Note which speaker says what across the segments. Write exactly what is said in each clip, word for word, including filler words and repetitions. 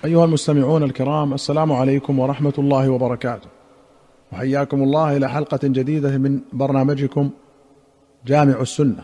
Speaker 1: أيها المستمعون الكرام، السلام عليكم ورحمة الله وبركاته، وحياكم الله إلى حلقة جديدة من برنامجكم جامع السنة.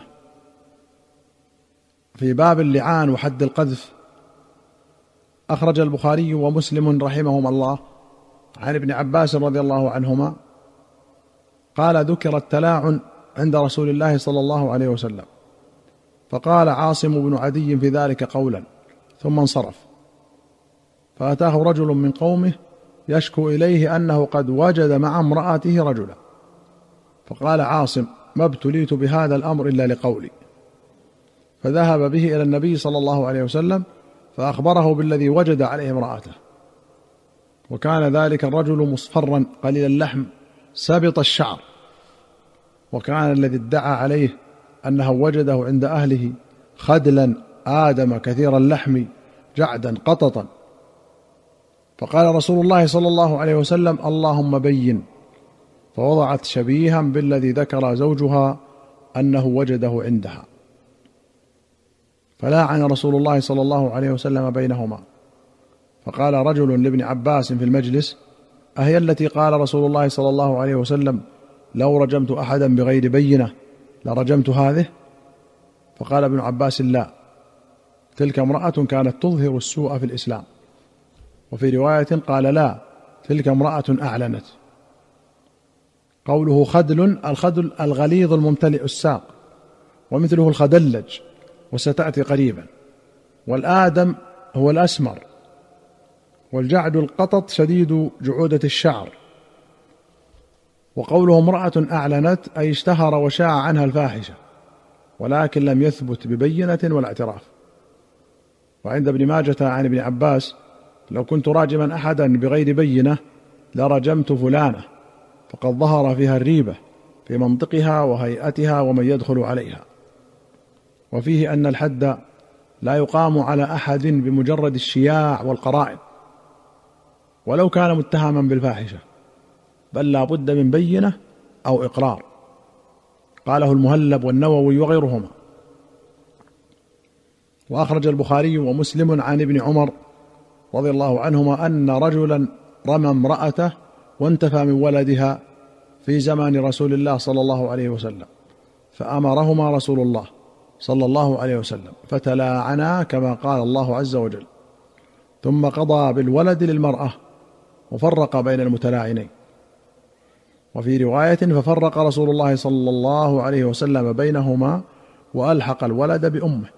Speaker 1: في باب اللعان وحد القذف، أخرج البخاري ومسلم رحمهما الله عن ابن عباس رضي الله عنهما قال: ذكر التلاعن عند رسول الله صلى الله عليه وسلم، فقال عاصم بن عدي في ذلك قولا ثم انصرف، فأتاه رجل من قومه يشكو إليه أنه قد وجد مع امرأته رجلا، فقال عاصم: ما ابتليت بهذا الأمر إلا لقولي. فذهب به إلى النبي صلى الله عليه وسلم فأخبره بالذي وجد عليه امرأته، وكان ذلك الرجل مصفرا قليل اللحم سابط الشعر، وكان الذي ادعى عليه أنه وجده عند أهله خدلا آدم كثير اللحم جعدا قططا. فقال رسول الله صلى الله عليه وسلم: اللهم بين. فوضعت شبيها بالذي ذكر زوجها أنه وجده عندها، فلاعن رسول الله صلى الله عليه وسلم بينهما. فقال رجل لابن عباس في المجلس: أهي التي قال رسول الله صلى الله عليه وسلم: لو رجمت أحدا بغير بينة لرجمت هذه؟ فقال ابن عباس: لا، تلك امرأة كانت تظهر السوء في الإسلام. وفي رواية قال: لا، تلك امرأة أعلنت. قوله خدل، الخدل الغليظ الممتلئ الساق، ومثله الخدلج وستأتي قريبا. والآدم هو الأسمر، والجعد القطط شديد جعودة الشعر. وقوله امرأة أعلنت أي اشتهر وشاع عنها الفاحشة، ولكن لم يثبت ببينة ولا اعتراف. وعند ابن ماجة عن ابن عباس: لو كنت راجما أحدا بغير بينة لرجمت فلانة، فقد ظهر فيها الريبة في منطقها وهيئتها ومن يدخل عليها. وفيه أن الحد لا يقام على أحد بمجرد الشياع والقرائن ولو كان متهما بالفاحشة، بل لا بد من بينة أو إقرار. قاله المهلب والنووي وغيرهما. وأخرج البخاري ومسلم عن ابن عمر رضي الله عنهما أن رجلا رمى امرأته وانتفى من ولدها في زمان رسول الله صلى الله عليه وسلم، فأمرهما رسول الله صلى الله عليه وسلم فتلاعنا كما قال الله عز وجل، ثم قضى بالولد للمرأة وفرق بين المتلاعنين. وفي رواية: ففرق رسول الله صلى الله عليه وسلم بينهما وألحق الولد بأمه.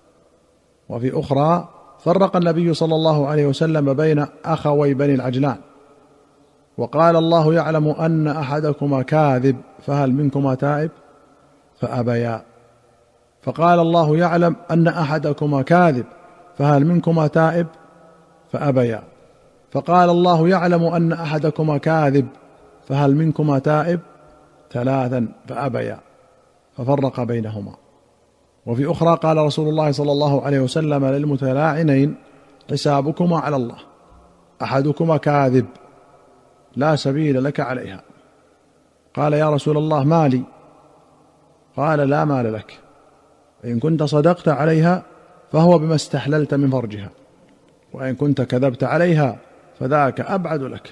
Speaker 1: وفي أخرى: فرق النبي صلى الله عليه وسلم بين أخوي بني العجلان، وقال: الله يعلم أن أحدكما كاذب فهل منكما تائب؟ فأبيا. فقال: الله يعلم أن أحدكما كاذب فهل منكما تائب؟ فأبيا. فقال: الله يعلم أن أحدكما كاذب فهل منكما تائب؟ ثلاثا فأبيا، ففرق بينهما. وفي أخرى: قال رسول الله صلى الله عليه وسلم للمتلاعنين: حسابكما على الله، أحدكما كاذب لا سبيل لك عليها. قال: يا رسول الله ما لي؟ قال: لا مال لك، إن كنت صدقت عليها فهو بما استحللت من فرجها، وإن كنت كذبت عليها فذاك أبعد لك.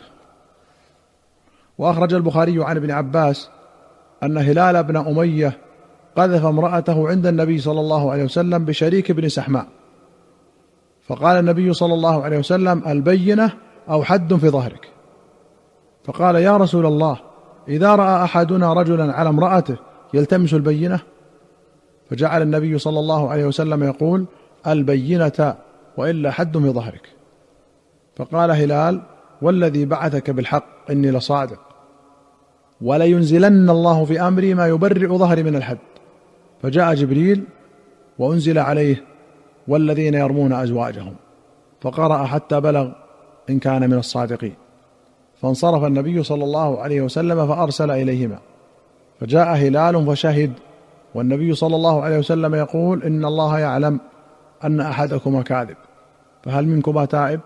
Speaker 1: وأخرج البخاري عن ابن عباس أن هلال بن أمية قذف امرأته عند النبي صلى الله عليه وسلم بشريك بن سحماء، فقال النبي صلى الله عليه وسلم: البينة أو حد في ظهرك. فقال: يا رسول الله، إذا رأى أحدنا رجلا على امرأته يلتمس البينة؟ فجعل النبي صلى الله عليه وسلم يقول: البينة وإلا حد في ظهرك. فقال هلال: والذي بعثك بالحق إني لصادق، ولينزلن الله في أمري ما يبرئ ظهري من الحد. فجاء جبريل وأنزل عليه: والذين يرمون أزواجهم، فقرأ حتى بلغ: إن كان من الصادقين. فانصرف النبي صلى الله عليه وسلم فأرسل إليهما، فجاء هلال فشهد، والنبي صلى الله عليه وسلم يقول: إن الله يعلم أن أحدكما كاذب فهل منكما تائب؟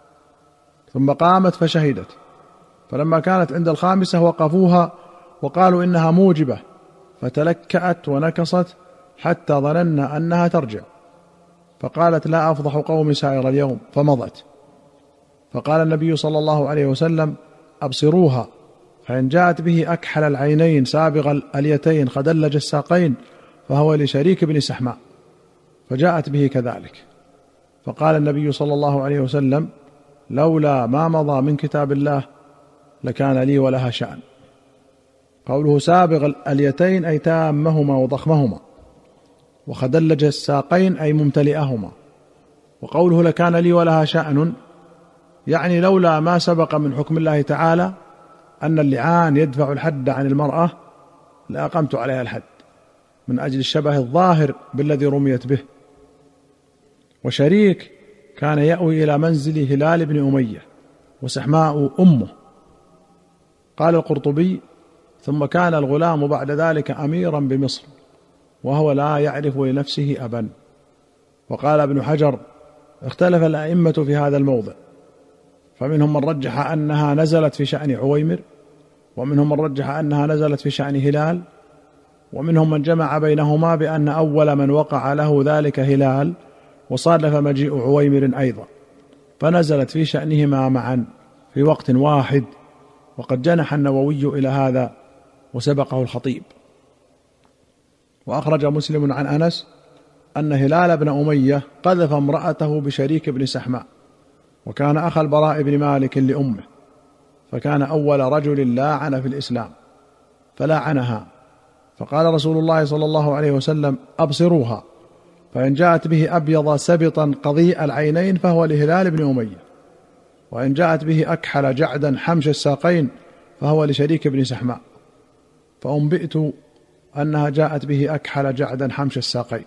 Speaker 1: ثم قامت فشهدت، فلما كانت عند الخامسة وقفوها وقالوا إنها موجبة، فتلكأت ونكصت حتى ظننا أنها ترجع، فقالت: لا أفضح قومي سائر اليوم، فمضت. فقال النبي صلى الله عليه وسلم: أبصروها، فإن جاءت به أكحل العينين سابغ اليتين خدلج الساقين فهو لشريك بن سحماء، فجاءت به كذلك. فقال النبي صلى الله عليه وسلم: لولا ما مضى من كتاب الله لكان لي ولها شأن. قوله سابغ اليتين أي تامهما وضخمهما، وخدلج الساقين أي ممتلئهما. وقوله لكان لي ولها شأن يعني لولا ما سبق من حكم الله تعالى أن اللعان يدفع الحد عن المرأة لأقمت عليها الحد، من أجل الشبه الظاهر بالذي رميت به. وشريك كان يأوي إلى منزل هلال بن أمية وسحماء أمه. قال القرطبي: ثم كان الغلام بعد ذلك أميرا بمصر وهو لا يعرف لنفسه أبا. وقال ابن حجر: اختلف الأئمة في هذا الموضع، فمنهم من رجح أنها نزلت في شأن عويمر، ومنهم من رجح أنها نزلت في شأن هلال، ومنهم من جمع بينهما بأن أول من وقع له ذلك هلال وصادف مجيء عويمر أيضا، فنزلت في شأنهما معا في وقت واحد. وقد جنح النووي إلى هذا وسبقه الخطيب. وأخرج مسلم عن أنس أن هلال بن أمية قذف امرأته بشريك بن سحماء، وكان أخا البراء بن مالك لأمه، فكان أول رجل لاعن في الإسلام فلاعنها. فقال رسول الله صلى الله عليه وسلم: أبصروها، فإن جاءت به أبيض سبطا قضيء العينين فهو لهلال بن أمية، وإن جاءت به أكحل جعدا حمش الساقين فهو لشريك بن سحماء. فأنبئت أنها جاءت به أكحل جعدا حمش الساقين.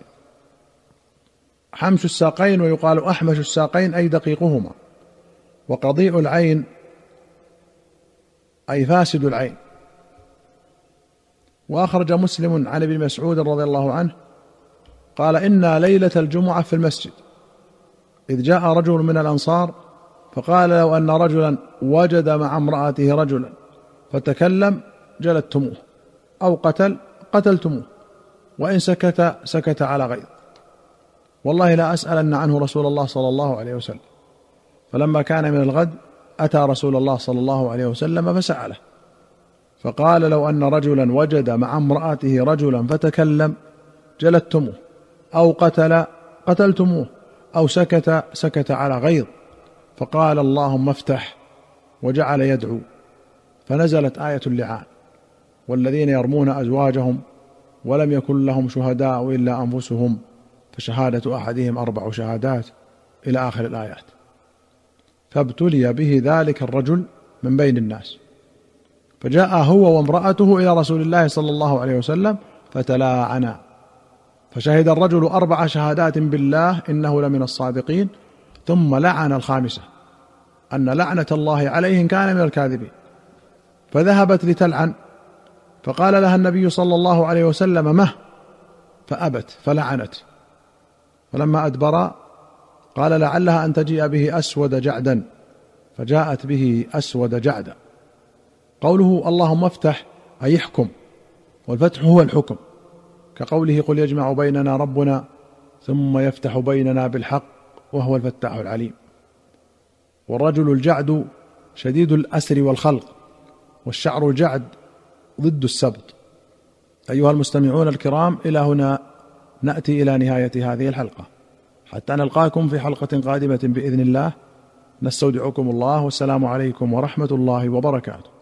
Speaker 1: حمش الساقين ويقال أحمش الساقين أي دقيقهما، وقضيء العين أي فاسد العين. وأخرج مسلم عن ابن مسعود رضي الله عنه قال: إنا ليلة الجمعة في المسجد إذ جاء رجل من الأنصار فقال: لو أن رجلا وجد مع امرأته رجلا فتكلم جلدتموه، أو قتل قتلتموه، وإن سكت سكت على غيظ، والله لا أسألن عنه رسول الله صلى الله عليه وسلم. فلما كان من الغد أتى رسول الله صلى الله عليه وسلم فسأله، فقال: لو أن رجلا وجد مع امرأته رجلا فتكلم جلدتموه، أو قتل قتلتموه، أو سكت سكت على غيظ. فقال: اللهم افتح، وجعل يدعو، فنزلت آية اللعان: والذين يرمون أزواجهم ولم يكن لهم شهداء إلا أنفسهم فشهادة أحدهم أربع شهادات، إلى آخر الآيات. فابتلي به ذلك الرجل من بين الناس، فجاء هو وامرأته إلى رسول الله صلى الله عليه وسلم فتلاعنا، فشهد الرجل أربع شهادات بالله إنه لمن الصادقين، ثم لعن الخامسة أن لعنة الله عليه إن كان من الكاذبين. فذهبت لتلعن، فقال لها النبي صلى الله عليه وسلم: مه، فأبت فلعنت. فلما أدبر قال: لعلها أن تجيء به أسود جعدا، فجاءت به أسود جعدا. قوله اللهم افتح أي احكم، والفتح هو الحكم، كقوله: قل يجمع بيننا ربنا ثم يفتح بيننا بالحق وهو الفتاح العليم. والرجل الجعد شديد الأسر والخلق، والشعر الجعد ضد السبط. أيها المستمعون الكرام، إلى هنا نأتي إلى نهاية هذه الحلقة، حتى نلقاكم في حلقة قادمة بإذن الله. نستودعكم الله، والسلام عليكم ورحمة الله وبركاته.